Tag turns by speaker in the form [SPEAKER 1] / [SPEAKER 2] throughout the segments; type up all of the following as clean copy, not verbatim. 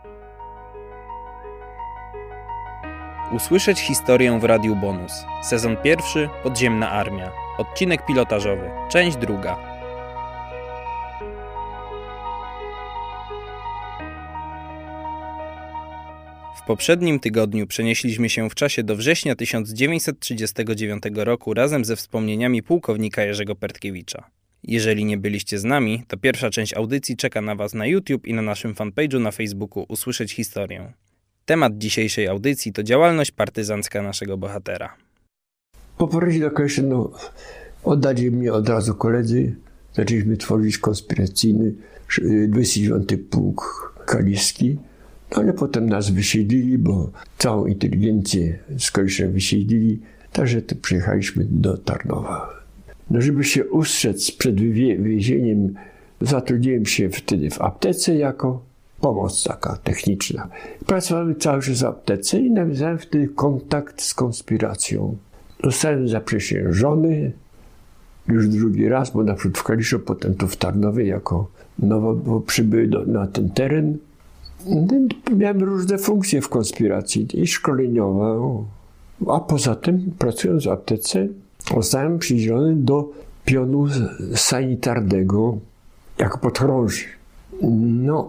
[SPEAKER 1] Usłyszeć historię w Radiu Bonus. Sezon 1. Podziemna Armia. Odcinek pilotażowy. Część 2. W poprzednim tygodniu przenieśliśmy się w czasie do września 1939 roku razem ze wspomnieniami pułkownika Jerzego Pertkiewicza. Jeżeli nie byliście z nami, to pierwsza część audycji czeka na Was na YouTube i na naszym fanpage'u na Facebooku Usłyszeć historię. Temat dzisiejszej audycji to działalność partyzancka naszego bohatera.
[SPEAKER 2] Po powrocie do Koszyn, oddali mnie od razu koledzy. Zaczęliśmy tworzyć konspiracyjny 29 Pułk Kaliski. No ale potem nas wysiedlili, bo całą inteligencję z Koszyn wysiedlili. Także to przyjechaliśmy do Tarnowa. No żeby się ustrzec przed wywiezieniem, zatrudniłem się wtedy w aptece jako pomoc taka techniczna. Pracowałem cały czas w aptece i nawiązałem wtedy kontakt z konspiracją. Zostałem zaprzysiężony już drugi raz, bo naprzód w Kaliszu, potem tu w Tarnowie jako nowo przybyłem na ten teren. Miałem różne funkcje w konspiracji i szkoleniową, a poza tym pracując w aptece zostałem przydzielony do pionu sanitarnego jako podchorąży. No,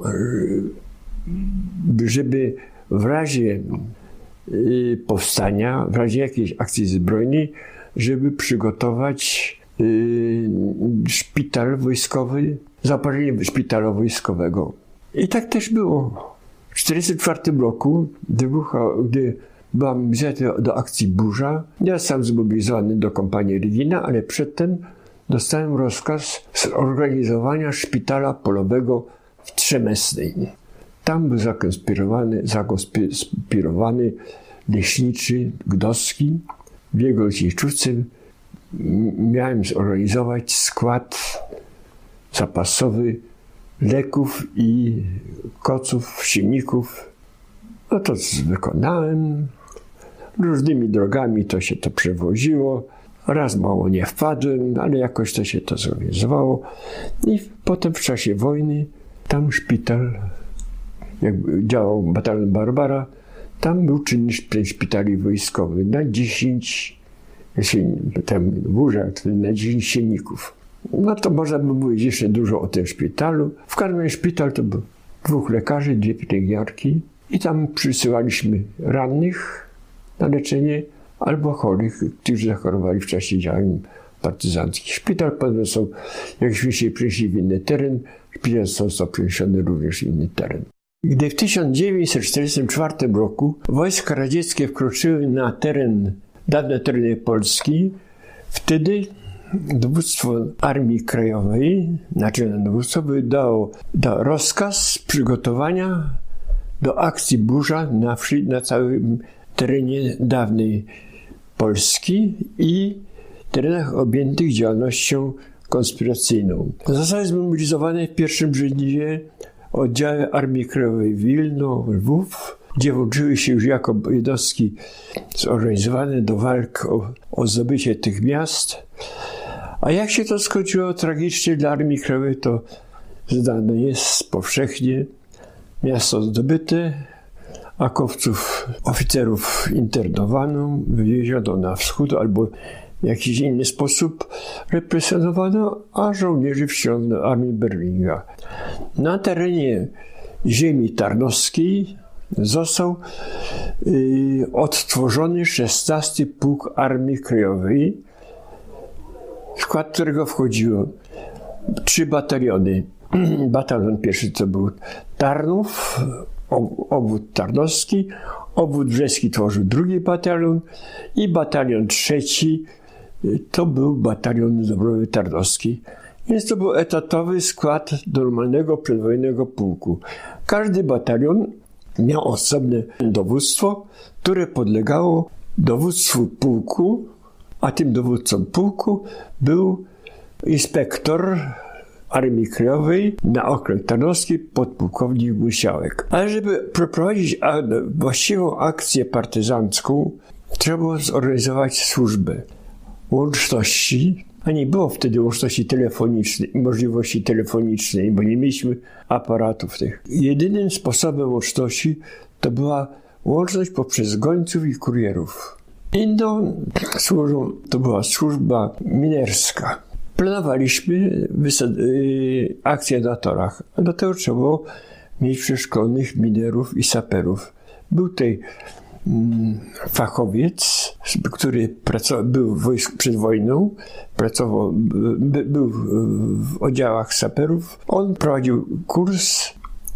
[SPEAKER 2] żeby w razie powstania, w razie jakiejś akcji zbrojnej, żeby przygotować szpital wojskowy, zaopatrzenie szpitala wojskowego. I tak też było. W 1944 roku, gdy byłam wzięty do akcji Burza, ja sam zmobilizowany do kompanii Rydina, ale przedtem dostałem rozkaz zorganizowania szpitala polowego w Trzemesnej. Tam był zakonspirowany leśniczy Gdowski. W jego leczniczówce miałem zorganizować skład zapasowy leków i koców, silników. No to wykonałem. Różnymi drogami to się to przewoziło. Raz mało nie wpadłem, ale jakoś to się to zorganizowało. I potem w czasie wojny tam szpital, jak działał batalion Barbara, tam był czynny szpitali wojskowy na 10 na 10 silników. No to można by mówić jeszcze dużo o tym szpitalu. W każdym razie szpital to był 2 lekarzy, 2 pielęgniarki i tam przysyłaliśmy rannych na leczenie albo chorych, którzy zachorowali w czasie działań partyzanckich. Szpital potem są, jakśmy się przenieśli w inny teren, szpital został przeniesiony również w inny teren. Gdy w 1944 roku wojska radzieckie wkroczyły na dawne tereny Polski, wtedy dowództwo Armii Krajowej, naczelne dowództwo, wydało rozkaz przygotowania do akcji Burza na całym terenie dawnej Polski i terenach objętych działalnością konspiracyjną. Zostały zmobilizowane w pierwszym żniwie oddziały Armii Krajowej Wilno, Lwów, gdzie włączyły się już jako jednostki zorganizowane do walk o zdobycie tych miast. A jak się to skończyło tragicznie dla Armii Krajowej, to znane jest powszechnie. Miasto zdobyte, akowców, oficerów internowano, wywieziono na wschód albo w jakiś inny sposób represjonowano, a żołnierzy wciągnął armii Berlinga. Na terenie ziemi tarnowskiej został odtworzony 16 Pułk Armii Krajowej, w skład którego wchodziło 3 bataliony. Batalion pierwszy to był Tarnów, obwód tarnowski, obwód brzeski tworzył 2 batalion i batalion 3 to był batalion dobrowy tarnowski. Więc to był etatowy skład normalnego przedwojennego pułku. Każdy batalion miał osobne dowództwo, które podlegało dowództwu pułku, a tym dowódcą pułku był inspektor Armii Krajowej na okręg tarnowski podpułkownik Musiałek. Ale żeby przeprowadzić właściwą akcję partyzancką, trzeba było zorganizować służbę łączności A nie było wtedy możliwości telefonicznej, bo nie mieliśmy aparatów tych. Jedynym sposobem łączności to była łączność poprzez gońców i kurierów. Inną służbą to była służba minerska. Planowaliśmy akcje na torach, a do tego trzeba było mieć przeszkolonych minerów i saperów. Był tutaj fachowiec, który był przed wojną, był w oddziałach saperów. On prowadził kurs,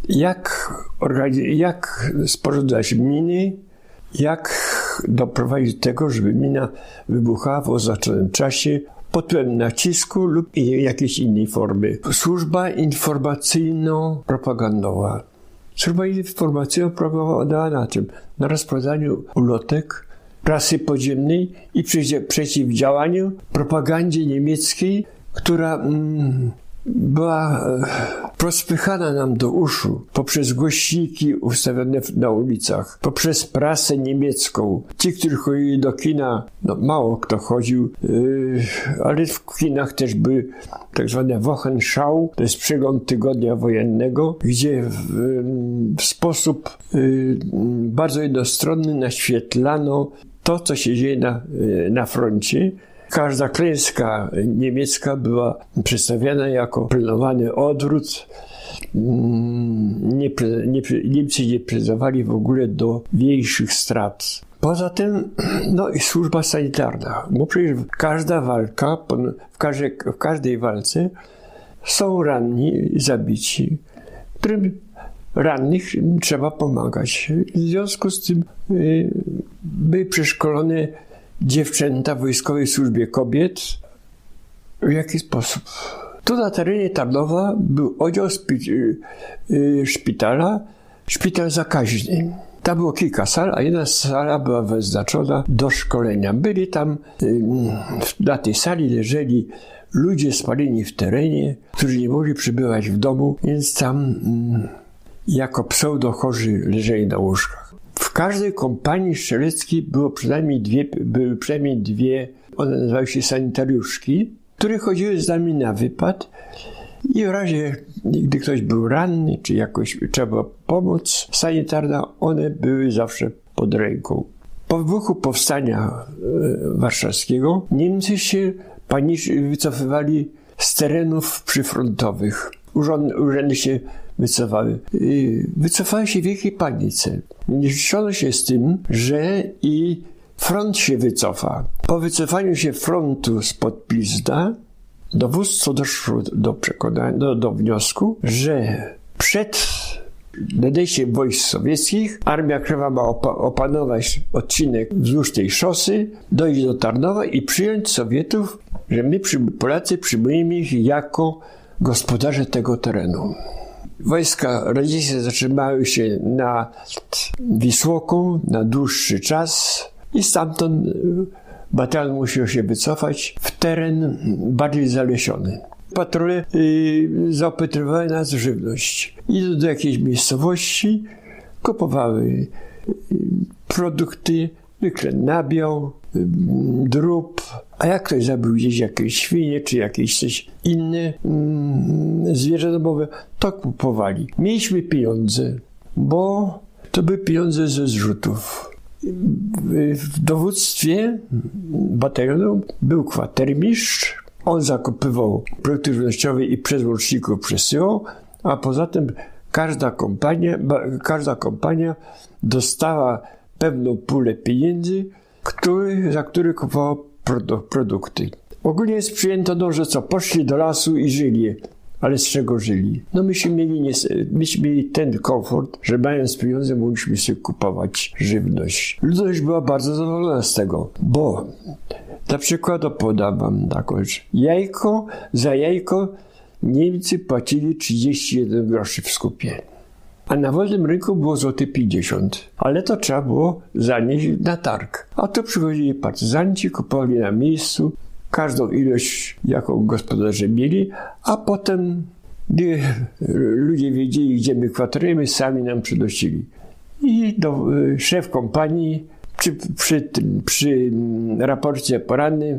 [SPEAKER 2] jak sporządzać miny, jak doprowadzić do tego, żeby mina wybuchała w oznaczonym czasie pod wpływem nacisku lub jakiejś innej formy. Służba informacyjno-propagandowa. Służba informacyjno-propagandowa na czym? Na rozprowadzaniu ulotek prasy podziemnej i przeciwdziałaniu propagandzie niemieckiej, która była prospychana nam do uszu poprzez głośniki ustawione na ulicach, poprzez prasę niemiecką. Ci, którzy chodzili do kina, mało kto chodził, ale w kinach też były tak zwane Wochenschau, to jest przegląd tygodnia wojennego, gdzie w sposób bardzo jednostronny naświetlano to, co się dzieje na froncie. Każda klęska niemiecka była przedstawiana jako planowany odwrót. Niemcy nie prezowali w ogóle do większych strat. Poza tym, i służba sanitarna. Bo przecież każda walka, w każdej walce są ranni, zabici, którym rannych trzeba pomagać. W związku z tym były przeszkolone dziewczęta w wojskowej służbie kobiet. W jaki sposób? Tu na terenie Tarnowa był oddział szpitala, szpital zakaźny. Tam było kilka sal, a jedna sala była wyznaczona do szkolenia. Byli tam, na tej sali leżeli ludzie spaleni w terenie, którzy nie mogli przybywać w domu, więc tam jako pseudochorzy leżeli na łóżkach. W każdej kompanii strzeleckiej były przynajmniej dwie, one nazywały się sanitariuszki, które chodziły z nami na wypad i w razie, gdy ktoś był ranny, czy jakoś trzeba pomoc sanitarna, one były zawsze pod ręką. Po wybuchu powstania warszawskiego Niemcy się wycofywali z terenów przyfrontowych. Urzędy się wycofały. Wycofały się w wielkiej panice. Nie liczyło się z tym, że i front się wycofa. Po wycofaniu się frontu spod Pilzna dowództwo doszło do wniosku, że przed nadejściem wojsk sowieckich Armia Krajowa ma opanować odcinek wzdłuż tej szosy, dojść do Tarnowa i przyjąć Sowietów, że my Polacy przyjmujemy ich jako gospodarze tego terenu. Wojska radzieckie zatrzymały się nad Wisłoką na dłuższy czas i stamtąd batalion musiał się wycofać w teren bardziej zalesiony. Patrole zaopatrywały nas w żywność. Idąc do jakiejś miejscowości, kupowały produkty, zwykle nabiał, drób, a jak ktoś zabił gdzieś jakieś świnie, czy jakieś coś inne zwierzę domowe, to kupowali. Mieliśmy pieniądze, bo to były pieniądze ze zrzutów. W dowództwie batalionu był kwatermistrz, on zakupywał produkty żywnościowe i przez łączników przesyłał, a poza tym każda kompania dostała pewną pulę pieniędzy, za które kupowała produkty. Ogólnie przyjęto, że poszli do lasu i żyli. Ale z czego żyli? myśmy mieli ten komfort, że mając pieniądze mogliśmy sobie kupować żywność. Ludność była bardzo zadowolona z tego, bo dla przykładu podam wam taką rzecz. Za jajko Niemcy płacili 31 groszy w skupie. A na wolnym rynku było złoty 50. Ale to trzeba było zanieść na targ. A tu przychodzili partyzanci, kupowali na miejscu każdą ilość, jaką gospodarze mieli, a potem, gdy ludzie wiedzieli, gdzie my kwaterujemy, sami nam przynosili. I szef kompanii przy raporcie porannym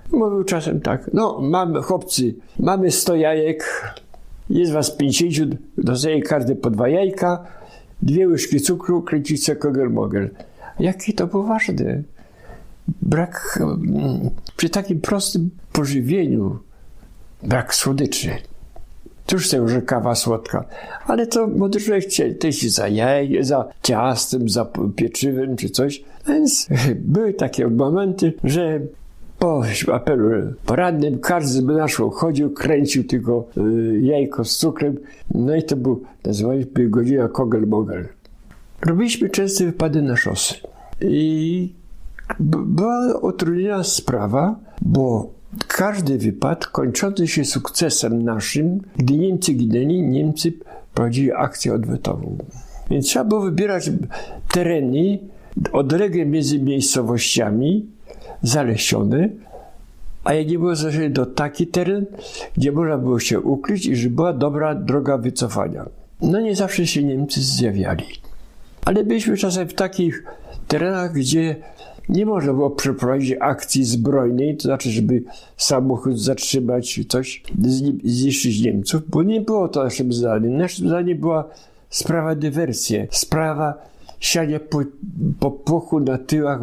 [SPEAKER 2] Mówił czasem tak, no mamy chłopcy, mamy 100 jajek, jest was 50, dostaje każdy po 2 jajka, 2 łyżki cukru, kręcicie kogel-mogel. Jakie to poważne. Brak, przy takim prostym pożywieniu, brak słodyczy. Cóż to, że kawa słodka, ale to młody człowiek też za za ciastem, za pieczywem czy coś. Więc były takie momenty, że po apelu porannym każdy z naszą chodził, kręcił tylko jajko z cukrem. No i to był, nazywaliśmy godzina kogel-mogel. Robiliśmy często wypady na szosy. I była utrudniona sprawa, bo każdy wypad kończący się sukcesem naszym, gdy Niemcy ginęli, Niemcy prowadzili akcję odwetową. Więc trzeba było wybierać tereny odległe między miejscowościami, zalesione, a jak nie było zależne do taki teren, gdzie można było się ukryć i że była dobra droga wycofania. No nie zawsze się Niemcy zjawiali. Ale byliśmy czasem w takich terenach, gdzie nie można było przeprowadzić akcji zbrojnej, to znaczy, żeby samochód zatrzymać czy coś, zniszczyć Niemców, bo nie było to naszym zadaniem. Naszym zadaniem była sprawa dywersji, sprawa siania popłochu na tyłach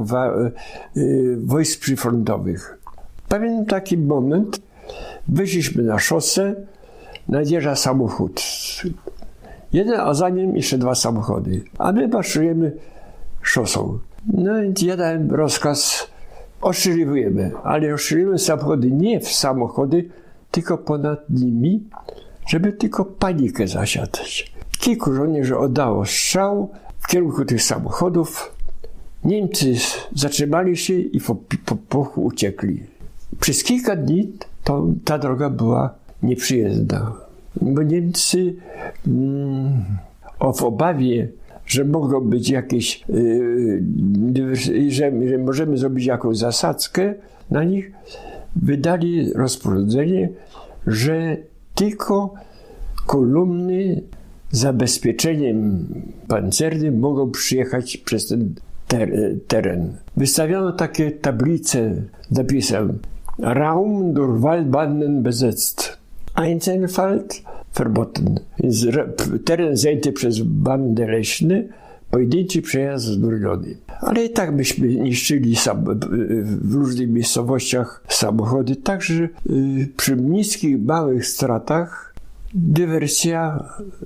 [SPEAKER 2] wojsk przyfrontowych. Pamiętam taki moment, wyszliśmy na szosę, nadjeżdża samochód. Jeden, a za nim jeszcze 2 samochody. A my marszujemy szosą. No więc ja dałem rozkaz, ostrzeliwujemy, ale ostrzeliwujemy samochody nie w samochody, tylko ponad nimi, żeby tylko panikę zasiadać. Kilku żołnierzy oddało strzał w kierunku tych samochodów. Niemcy zatrzymali się i po pochu uciekli. Przez kilka dni ta droga była nieprzyjezdna, bo Niemcy w obawie, że mogą być jakieś, że możemy zrobić jakąś zasadzkę na nich, wydali rozporządzenie, że tylko kolumny z zabezpieczeniem pancernym mogą przyjechać przez ten teren. Wystawiono takie tablice z napisem Raum durch Waldbahnen besetzt. Einzelfeld verboten. Więc teren zajęty przez bandy leśne, pojedynczy przejazd zbrojony. Ale i tak byśmy niszczyli w różnych miejscowościach samochody, także przy niskich, małych stratach dywersja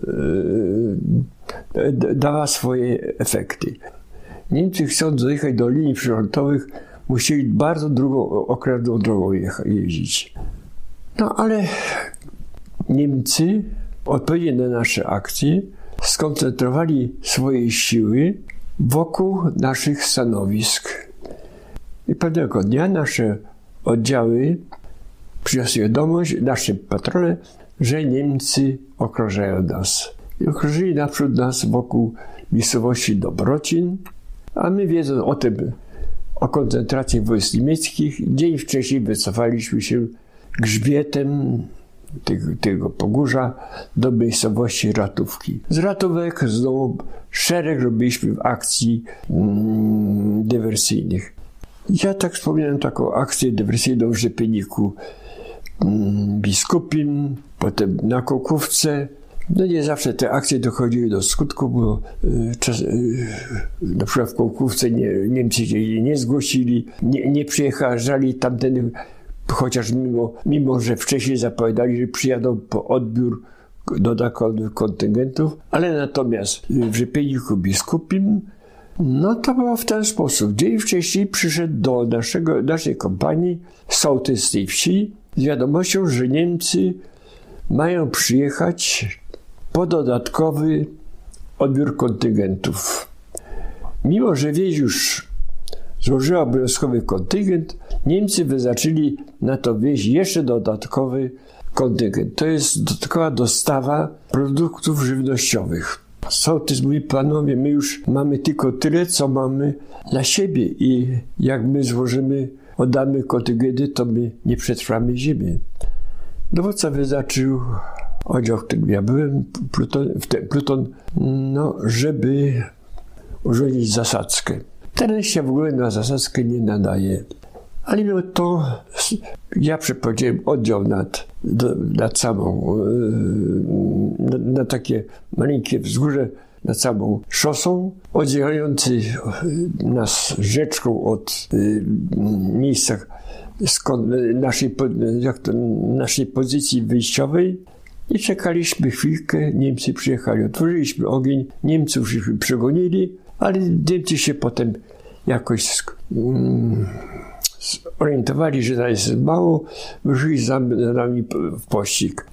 [SPEAKER 2] dała swoje efekty. Niemcy, chcąc dojechać do linii przyfrontowych, musieli bardzo okrętną drogą jeździć. No ale Niemcy, odpowiednio na nasze akcje, skoncentrowali swoje siły wokół naszych stanowisk. I pewnego dnia nasze oddziały przyniosły wiadomość, nasze patrole, że Niemcy okrążają nas. I okrążyli naprzód nas wokół miejscowości Dobrocin, a my, wiedząc o tym, o koncentracji wojsk niemieckich, dzień wcześniej wycofaliśmy się grzbietem tego pogórza do miejscowości Ratówki. Z Ratówek znowu szereg robiliśmy akcji dywersyjnych. Ja tak wspomniałem taką akcję dywersyjną w Rzepieniku Biskupim, potem na Kołkówce. No nie zawsze te akcje dochodziły do skutku, bo na przykład w Kołkówce Niemcy się nie zgłosili, nie przyjechali tamtędy, chociaż mimo, że wcześniej zapowiadali, że przyjadą po odbiór dodatkowych kontyngentów, ale natomiast w Rzepieniku Biskupim, no to było w ten sposób. Dzień wcześniej przyszedł do naszej kompanii sołtys z tej wsi z wiadomością, że Niemcy mają przyjechać po dodatkowy odbiór kontyngentów. Mimo że wieś już złożyła obowiązkowy kontyngent, Niemcy wyznaczyli na to wieś jeszcze dodatkowy kontyngent. To jest dodatkowa dostawa produktów żywnościowych. Sołtys mówi: panowie, my już mamy tylko tyle, co mamy dla siebie i jak my oddamy kontyngenty, to my nie przetrwamy zimy. Dowódca wyznaczył oddział, w którym ja byłem, pluton, żeby urządzić zasadzkę. Teren się w ogóle na zasadzkę nie nadaje, Ale no to ja przeprowadziłem oddział nad samą, na takie maleńkie wzgórze, nad samą szosą, oddzielający nas rzeczką od miejsca naszej pozycji wyjściowej i czekaliśmy chwilkę, Niemcy przyjechali, otworzyliśmy ogień, Niemców żeśmy przegonili, ale Niemcy się potem jakoś zorientowali, że to jest mało, wyszli za nami w pościg.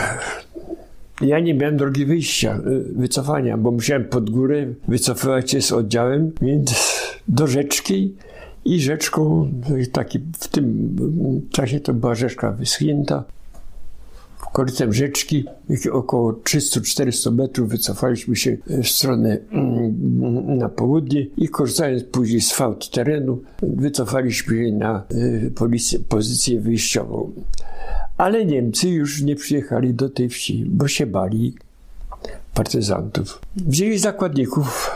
[SPEAKER 2] Ja nie miałem drogi wyjścia, wycofania, bo musiałem pod górę wycofywać się z oddziałem, więc do rzeczki i rzeczką, w tym czasie to była rzeczka wyschnięta, korytem rzeczki, około 300-400 metrów wycofaliśmy się w stronę na południe i korzystając później z fałd terenu, wycofaliśmy się na pozycję wyjściową. Ale Niemcy już nie przyjechali do tej wsi, bo się bali partyzantów. Wzięli zakładników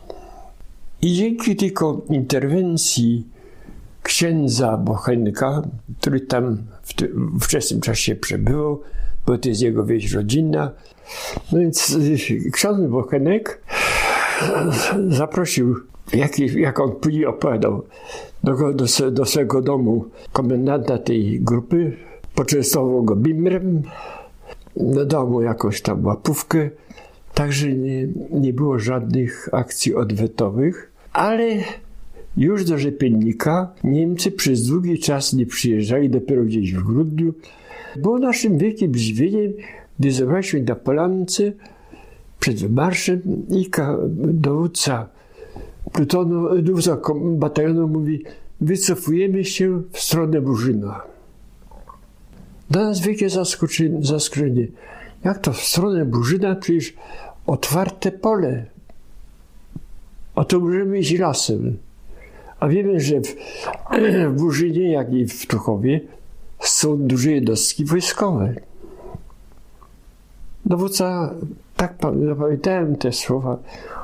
[SPEAKER 2] i dzięki tylko interwencji księdza Bochenka, który tam w wczesnym czasie przebywał, bo to jest jego wieś rodzinna. No więc ksiądz Bochenek zaprosił, jak on później opowiadał, do swego domu komendanta tej grupy, poczęstował go bimbrem, dał mu jakąś tam łapówkę, także nie było żadnych akcji odwetowych, ale już do Rzepiennika Niemcy przez długi czas nie przyjeżdżali, dopiero gdzieś w grudniu. Było naszym wielkim zdziwieniem, gdy zebraliśmy na polance przed wymarszem i dowódca plutonu, dowódca batalionu mówi: wycofujemy się w stronę Burzyna. Dla nas wielkie zaskoczenie. Jak to w stronę Burzyna? Przecież otwarte pole. A to możemy iść lasem. A wiemy, że w Burzynie, jak i w Tuchowie, są duże jednostki wojskowe. Dowódca, tak zapamiętałem te słowa.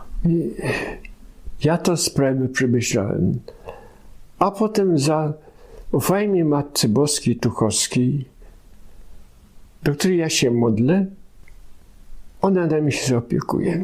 [SPEAKER 2] Ja to sprawę przemyślałem. A potem zaufajmy Matce Boskiej Tuchowskiej, do której ja się modlę, ona nami się zaopiekuje.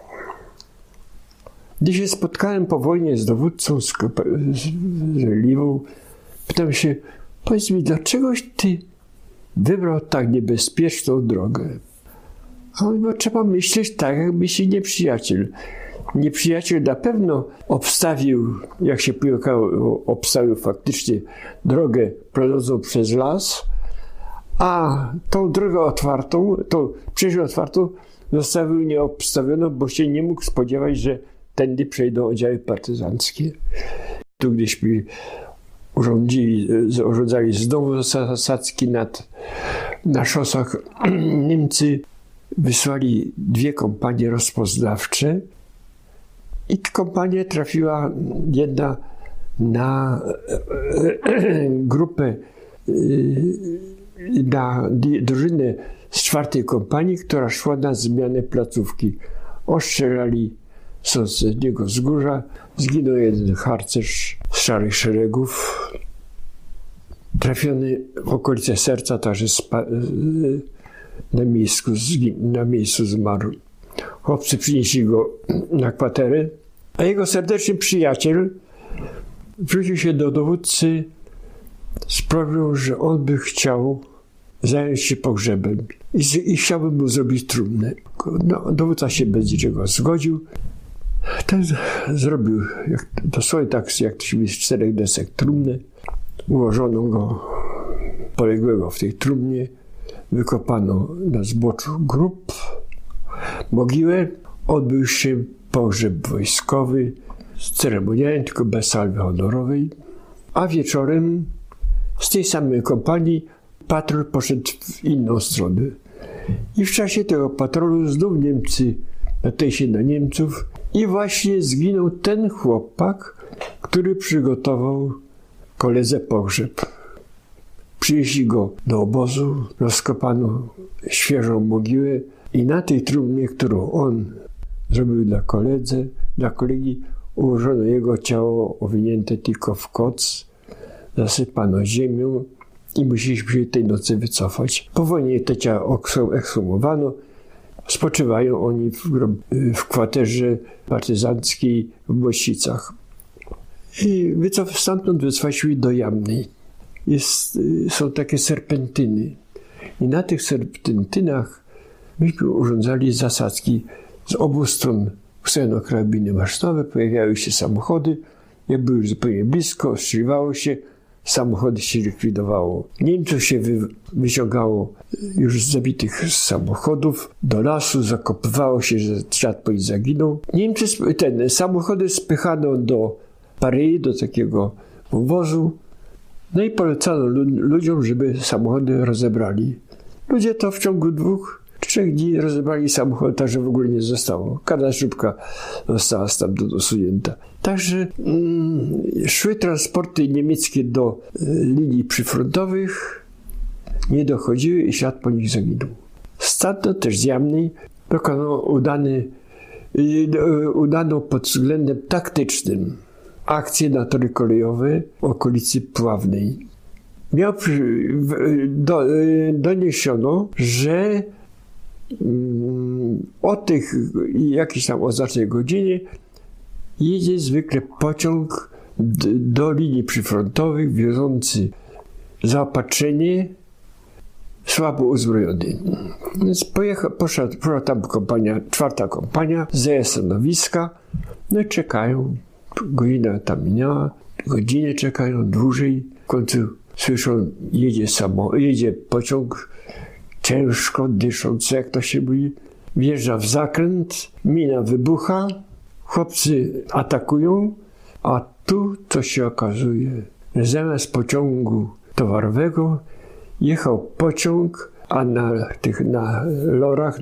[SPEAKER 2] Gdy się spotkałem po wojnie z dowódcą, z Liwą, pytam się: powiedz mi, dlaczegoś ty wybrał tak niebezpieczną drogę? A on mówi: bo trzeba myśleć tak, jakby się nieprzyjaciel. Nieprzyjaciel na pewno obstawił, jak się powiedziało, obstawił faktycznie drogę prowadzącą przez las, a tą drogę otwartą, tą przejścią otwartą zostawił nieobstawioną, bo się nie mógł spodziewać, że tędy przejdą oddziały partyzanckie. Tu gdyśmy urządzali znowu zasadzki na szosach, Niemcy wysłali 2 kompanie rozpoznawcze i kompania trafiła jedna na grupę, na drużynę z 4. kompanii, która szła na zmianę placówki. Ostrzelali z sąsiedniego wzgórza, zginął jeden harcerz z Szarych Szeregów, trafiony w okolice serca, także na miejscu zmarł. Chłopcy przynieśli go na kwaterę, a jego serdeczny przyjaciel zwrócił się do dowódcy z prośbą, że on by chciał zająć się pogrzebem i chciałby mu zrobić trumnę. No, dowódca się bez niczego zgodził. Ten zrobił dosłownie tak, jak to się mówi, z 4 desek trumnę. Ułożono go poległego w tej trumnie, wykopano na zboczu grób, mogiłę, odbył się pogrzeb wojskowy z ceremoniałem, tylko bez salwy honorowej, a wieczorem z tej samej kompanii patrol poszedł w inną stronę. I w czasie tego patrolu znów Niemcy natknęli się na Niemców i właśnie zginął ten chłopak, który przygotował koledze pogrzeb. Przynieśli go do obozu, rozkopano świeżą mogiłę i na tej trumnie, którą on zrobił dla kolegi, ułożono jego ciało owinięte tylko w koc, zasypano ziemią i musieliśmy się tej nocy wycofać. Po wojnie Tecia ekshumowano. Spoczywają oni w kwaterze partyzanckiej w Mościcach. I stamtąd wycofaliśmy do Jamnej. Są takie serpentyny. I na tych serpentynach myśmy urządzali zasadzki z obu stron. Ustawiono karabiny masztowe, pojawiały się samochody. Jak były już zupełnie blisko, ostrzeliwało się, samochody się likwidowało. Niemców się wyciągało już z zabitych samochodów do lasu, zakopywało się, że świat po nich zaginął. Samochody spychano do Paryi, do takiego wozu. No i polecano ludziom, żeby samochody rozebrali. Ludzie to w ciągu 2-3 dni rozebrali samochód, tak że w ogóle nie zostało. Każda szybka została stamtąd usunięta. Także szły transporty niemieckie do linii przyfrontowych, nie dochodziły i świat po nich zaginął. Stamtąd też z Jamnej dokonano udano pod względem taktycznym akcje na tory kolejowe w okolicy Puławnej. Doniesiono, że o tych jakiejś tam oznaczonej godzinie jedzie zwykle pociąg do linii przyfrontowych wiozący zaopatrzenie słabo uzbrojony. Więc poszła tam czwarta kompania, zajęła stanowiska, no i czekają. Godzina tam minęła, godzinę czekają, dłużej. W końcu słyszą, jedzie pociąg, ciężko dysząc, jak to się mówi. Wjeżdża w zakręt, mina wybucha, chłopcy atakują, a tu co się okazuje, że zamiast pociągu towarowego jechał pociąg, a na lorach,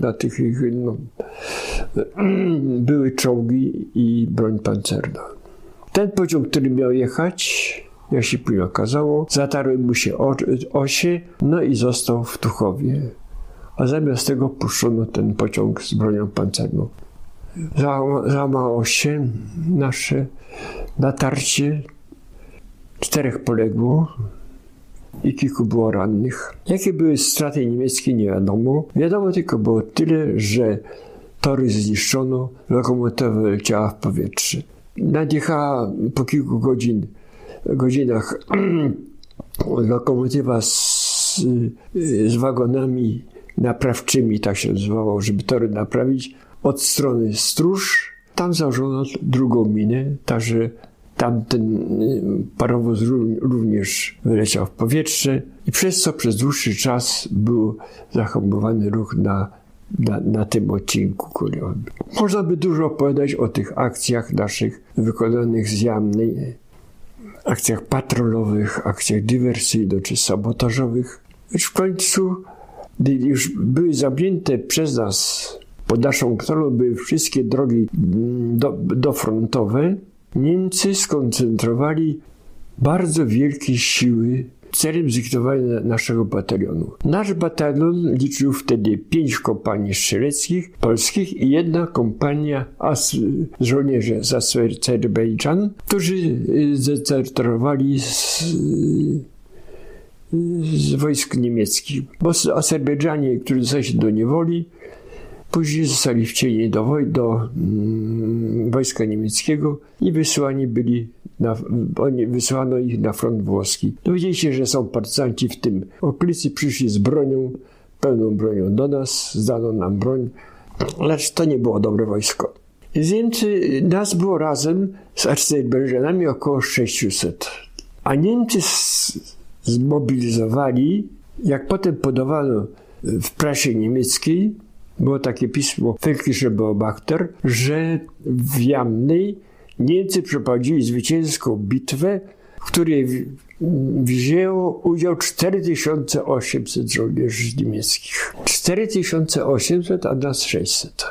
[SPEAKER 2] były czołgi i broń pancerna. Ten pociąg, który miał jechać, jak się później okazało, zatarły mu się osie, no i został w Tuchowie. A zamiast tego puszczono ten pociąg z bronią pancerną. Załamało się nasze natarcie. 4 poległo i kilku było rannych. Jakie były straty niemieckie, nie wiadomo. Wiadomo tylko było tyle, że tory zniszczono, lokomotywa leciała w powietrze. Nadjechała po kilku godzinach lokomotywa z wagonami naprawczymi, tak się nazywało, żeby tory naprawić, od strony Stróż. Tam założono drugą minę, także tamten parowóz również wyleciał w powietrze i przez co przez dłuższy czas był zahamowany ruch na tym odcinku kolejowym. Można by dużo opowiadać o tych akcjach naszych wykonanych z Jamnej, akcjach patrolowych, akcjach dywersyjnych czy sabotażowych. Lecz w końcu, gdy już były zamknięte przez nas, pod naszą kontrolą były wszystkie drogi dofrontowe, Niemcy skoncentrowali bardzo wielkie siły celem zlikwidowania naszego batalionu. Nasz batalion liczył wtedy 5 kompanii strzeleckich polskich i 1 kompania żołnierzy z Azerbejdżanu, którzy zdezerterowali z wojsk niemieckich. Bo Azerbejdżanie, którzy zostali się do niewoli, później zostali wcieleni do wojska niemieckiego i wysłano ich na front włoski. Dowiedzieli się, że są partyzanci w tym okolicy, przyszli z bronią, pełną bronią do nas, zdano nam broń, lecz to nie było dobre wojsko. Nas było razem z Azerbejdżanami około 600, a Niemcy zmobilizowali, jak potem podawano w prasie niemieckiej, było takie pismo Völkische Beobachter, że w Jamnej Niemcy przeprowadzili zwycięską bitwę, w której wzięło udział 4800 żołnierzy niemieckich. 4800, a nas 600.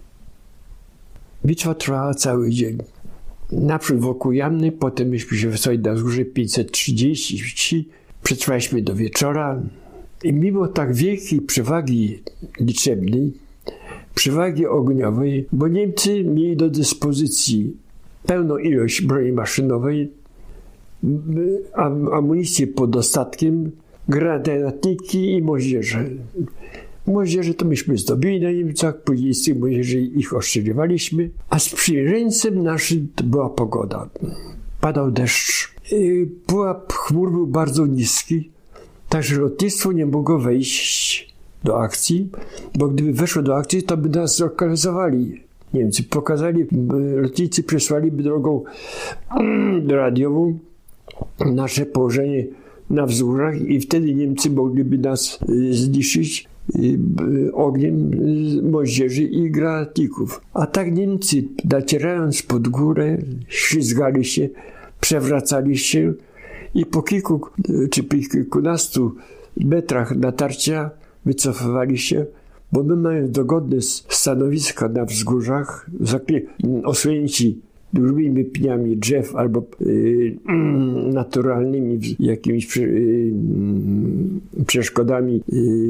[SPEAKER 2] Bitwa trwała cały dzień. Naprzód wokół Jamnej, potem myśmy się wysłali na wzgórze 530, przetrwaliśmy do wieczora. I mimo tak wielkiej przewagi liczebnej, przewagi ogniowej, bo Niemcy mieli do dyspozycji pełną ilość broni maszynowej, amunicję pod ostatkiem, granatniki i moździerze. Moździerze to myśmy zdobili na Niemcach, później z tych moździerzy ich ostrzeliwaliśmy, a sprzymierzeńcem naszym to była pogoda. Padał deszcz. Pułap chmur był bardzo niski, także lotnictwo nie mogło wejść do akcji, bo gdyby weszło do akcji, to by nas zlokalizowali. Niemcy pokazali, lotnicy przesłaliby drogą radiową nasze położenie na wzgórzach i wtedy Niemcy mogliby nas zniszczyć ogniem moździerzy i granatników. A tak Niemcy, nacierając pod górę, ślizgali się, przewracali się i po kilku czy po kilkunastu metrach natarcia wycofywali się, bo my mając dogodne stanowiska na wzgórzach, osłonięci dużymi pniami drzew albo naturalnymi jakimiś przeszkodami,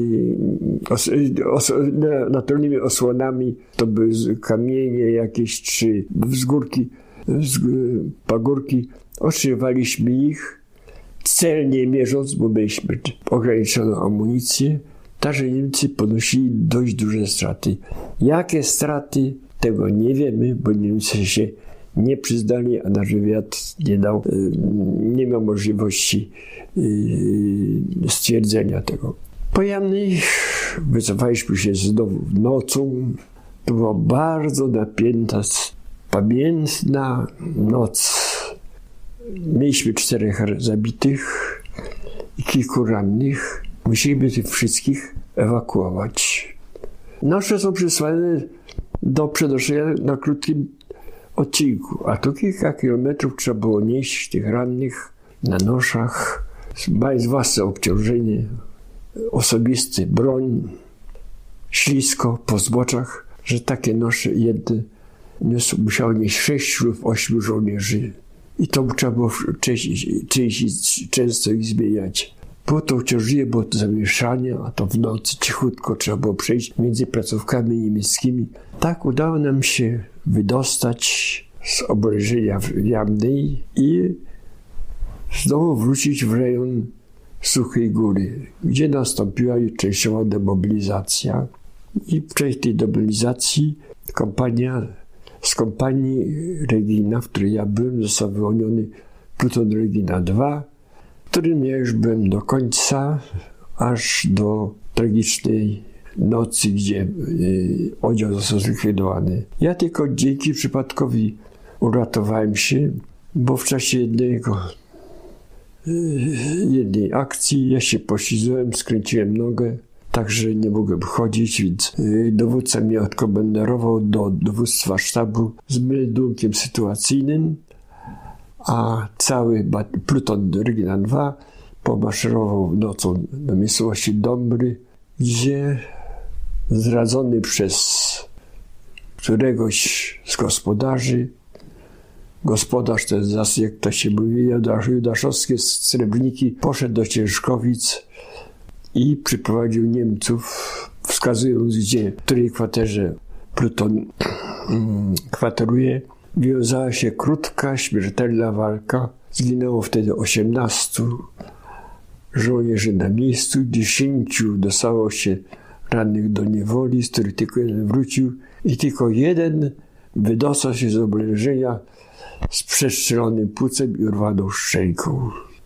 [SPEAKER 2] naturalnymi osłonami, to były kamienie jakieś czy wzgórki, pagórki, ostrzeliwaliśmy ich, celnie mierząc, bo mieliśmy ograniczoną amunicję, także Niemcy ponosili dość duże straty. Jakie straty? Tego nie wiemy, bo Niemcy się nie przyznali, a nasz wywiad nie miał możliwości stwierdzenia tego. Po Jamnej wycofaliśmy się znowu nocą. To była bardzo napięta, pamiętna noc. Mieliśmy 4 zabitych i kilku rannych. Musieliśmy tych wszystkich ewakuować. Nasze są przysłane do przenoszenia na krótkim odcinku, a tu kilka kilometrów trzeba było nieść tych rannych na noszach, mając własne obciążenie, osobisty, broń, ślisko po zboczach, że takie nosze jedne musiało nieść 6 lub 8 żołnierzy i to trzeba było często ich zmieniać. Było to uciążliwe, było to zamieszanie, a to w nocy cichutko trzeba było przejść między placówkami niemieckimi. Tak udało nam się wydostać z obrężenia Jamnej i znowu wrócić w rejon Suchej Góry, gdzie nastąpiła częściowa demobilizacja. I w czasie tej demobilizacji z kompanii Regina, w której ja byłem, został wyłoniony pluton Regina II, w którym ja już byłem do końca, aż do tragicznej nocy, gdzie oddział został zlikwidowany. Ja tylko dzięki przypadkowi uratowałem się, bo w czasie jednej akcji ja się poślizgnąłem, skręciłem nogę, także nie mogłem chodzić, więc dowódca mnie odkomenderował do dowództwa sztabu z meldunkiem sytuacyjnym, a cały pluton Regina II pomaszerował nocą do miejscowości Dąbry, gdzie zdradzony przez któregoś z gospodarzy, gospodarz ten, jak to się mówi, Judaszowskie z Srebrniki, poszedł do Ciężkowic i przyprowadził Niemców, wskazując, gdzie, w której kwaterze pluton kwateruje. Wiązała się krótka, śmiertelna walka. Zginęło wtedy 18 żołnierzy na miejscu, 10 dostało się rannych do niewoli, z których tylko jeden wrócił i tylko jeden wydostał się z obrężenia z przestrzelonym płucem i urwaną szczęką.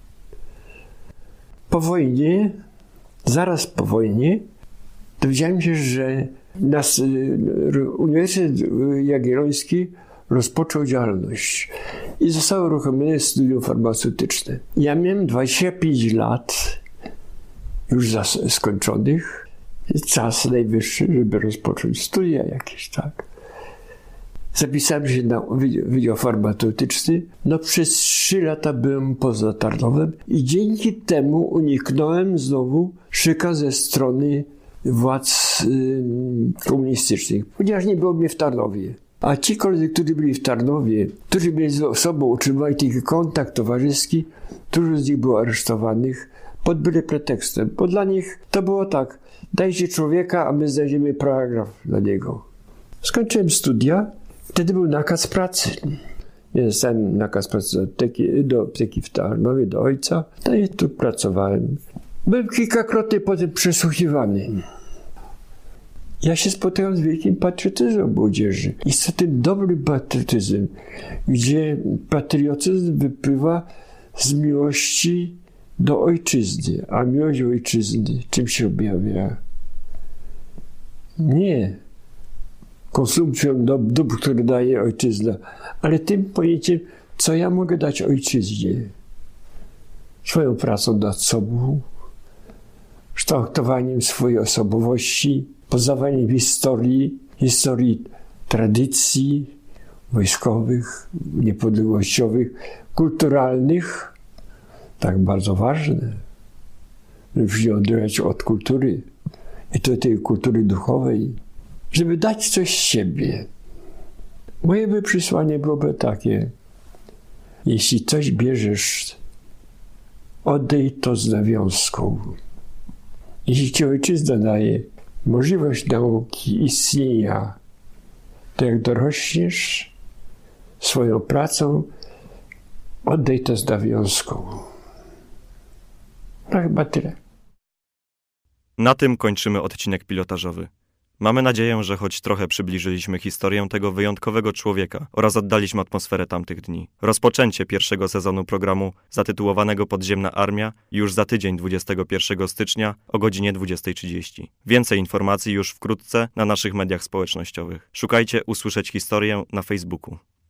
[SPEAKER 2] Po wojnie, zaraz po wojnie, dowiedziałem się, że Uniwersytet Jagielloński rozpoczął działalność i zostało uruchomione studium farmaceutyczne. Ja miałem 25 lat już skończonych. Czas najwyższy, żeby rozpocząć studia jakieś, tak. Zapisałem się na Wydział Farmaceutyczny. No przez 3 lata byłem poza Tarnowem i dzięki temu uniknąłem znowu szyka ze strony władz komunistycznych, ponieważ nie było mnie w Tarnowie. A ci koledzy, którzy byli w Tarnowie, którzy między sobą utrzymywali taki kontakt towarzyski, dużo z nich było aresztowanych pod byle pretekstem, bo dla nich to było tak, dajcie człowieka, a my znajdziemy paragraf dla niego. Skończyłem studia, wtedy był nakaz pracy. Ja dostałem nakaz pracy do apteki w Tarnowie, do ojca. No i tu pracowałem. Byłem kilkakrotnie potem przesłuchiwany. Ja się spotykam z wielkim patriotyzmem młodzieży. Jest to ten dobry patriotyzm, gdzie patriotyzm wypływa z miłości do ojczyzny. A miłość do ojczyzny czym się objawia? Nie konsumpcją dóbr, które daje ojczyzna, ale tym pojęciem, co ja mogę dać ojczyźnie. Swoją pracą nad sobą, kształtowaniem swojej osobowości, poznawaniem historii tradycji wojskowych, niepodległościowych, kulturalnych, tak bardzo ważne, żeby się oderwać od kultury i to tej kultury duchowej, żeby dać coś z siebie. Moje przesłanie byłoby takie: jeśli coś bierzesz, oddaj to z nawiązką. Jeśli ci ojczyzna daje możliwość nauki, istnienia, to jak dorośniesz swoją pracą, oddaj to z nawiązką. No chyba tyle.
[SPEAKER 3] Na tym kończymy odcinek pilotażowy. Mamy nadzieję, że choć trochę przybliżyliśmy historię tego wyjątkowego człowieka oraz oddaliśmy atmosferę tamtych dni. Rozpoczęcie pierwszego sezonu programu zatytułowanego Podziemna Armia już za tydzień 21 stycznia o godzinie 20:30. Więcej informacji już wkrótce na naszych mediach społecznościowych. Szukajcie Usłyszeć Historię na Facebooku.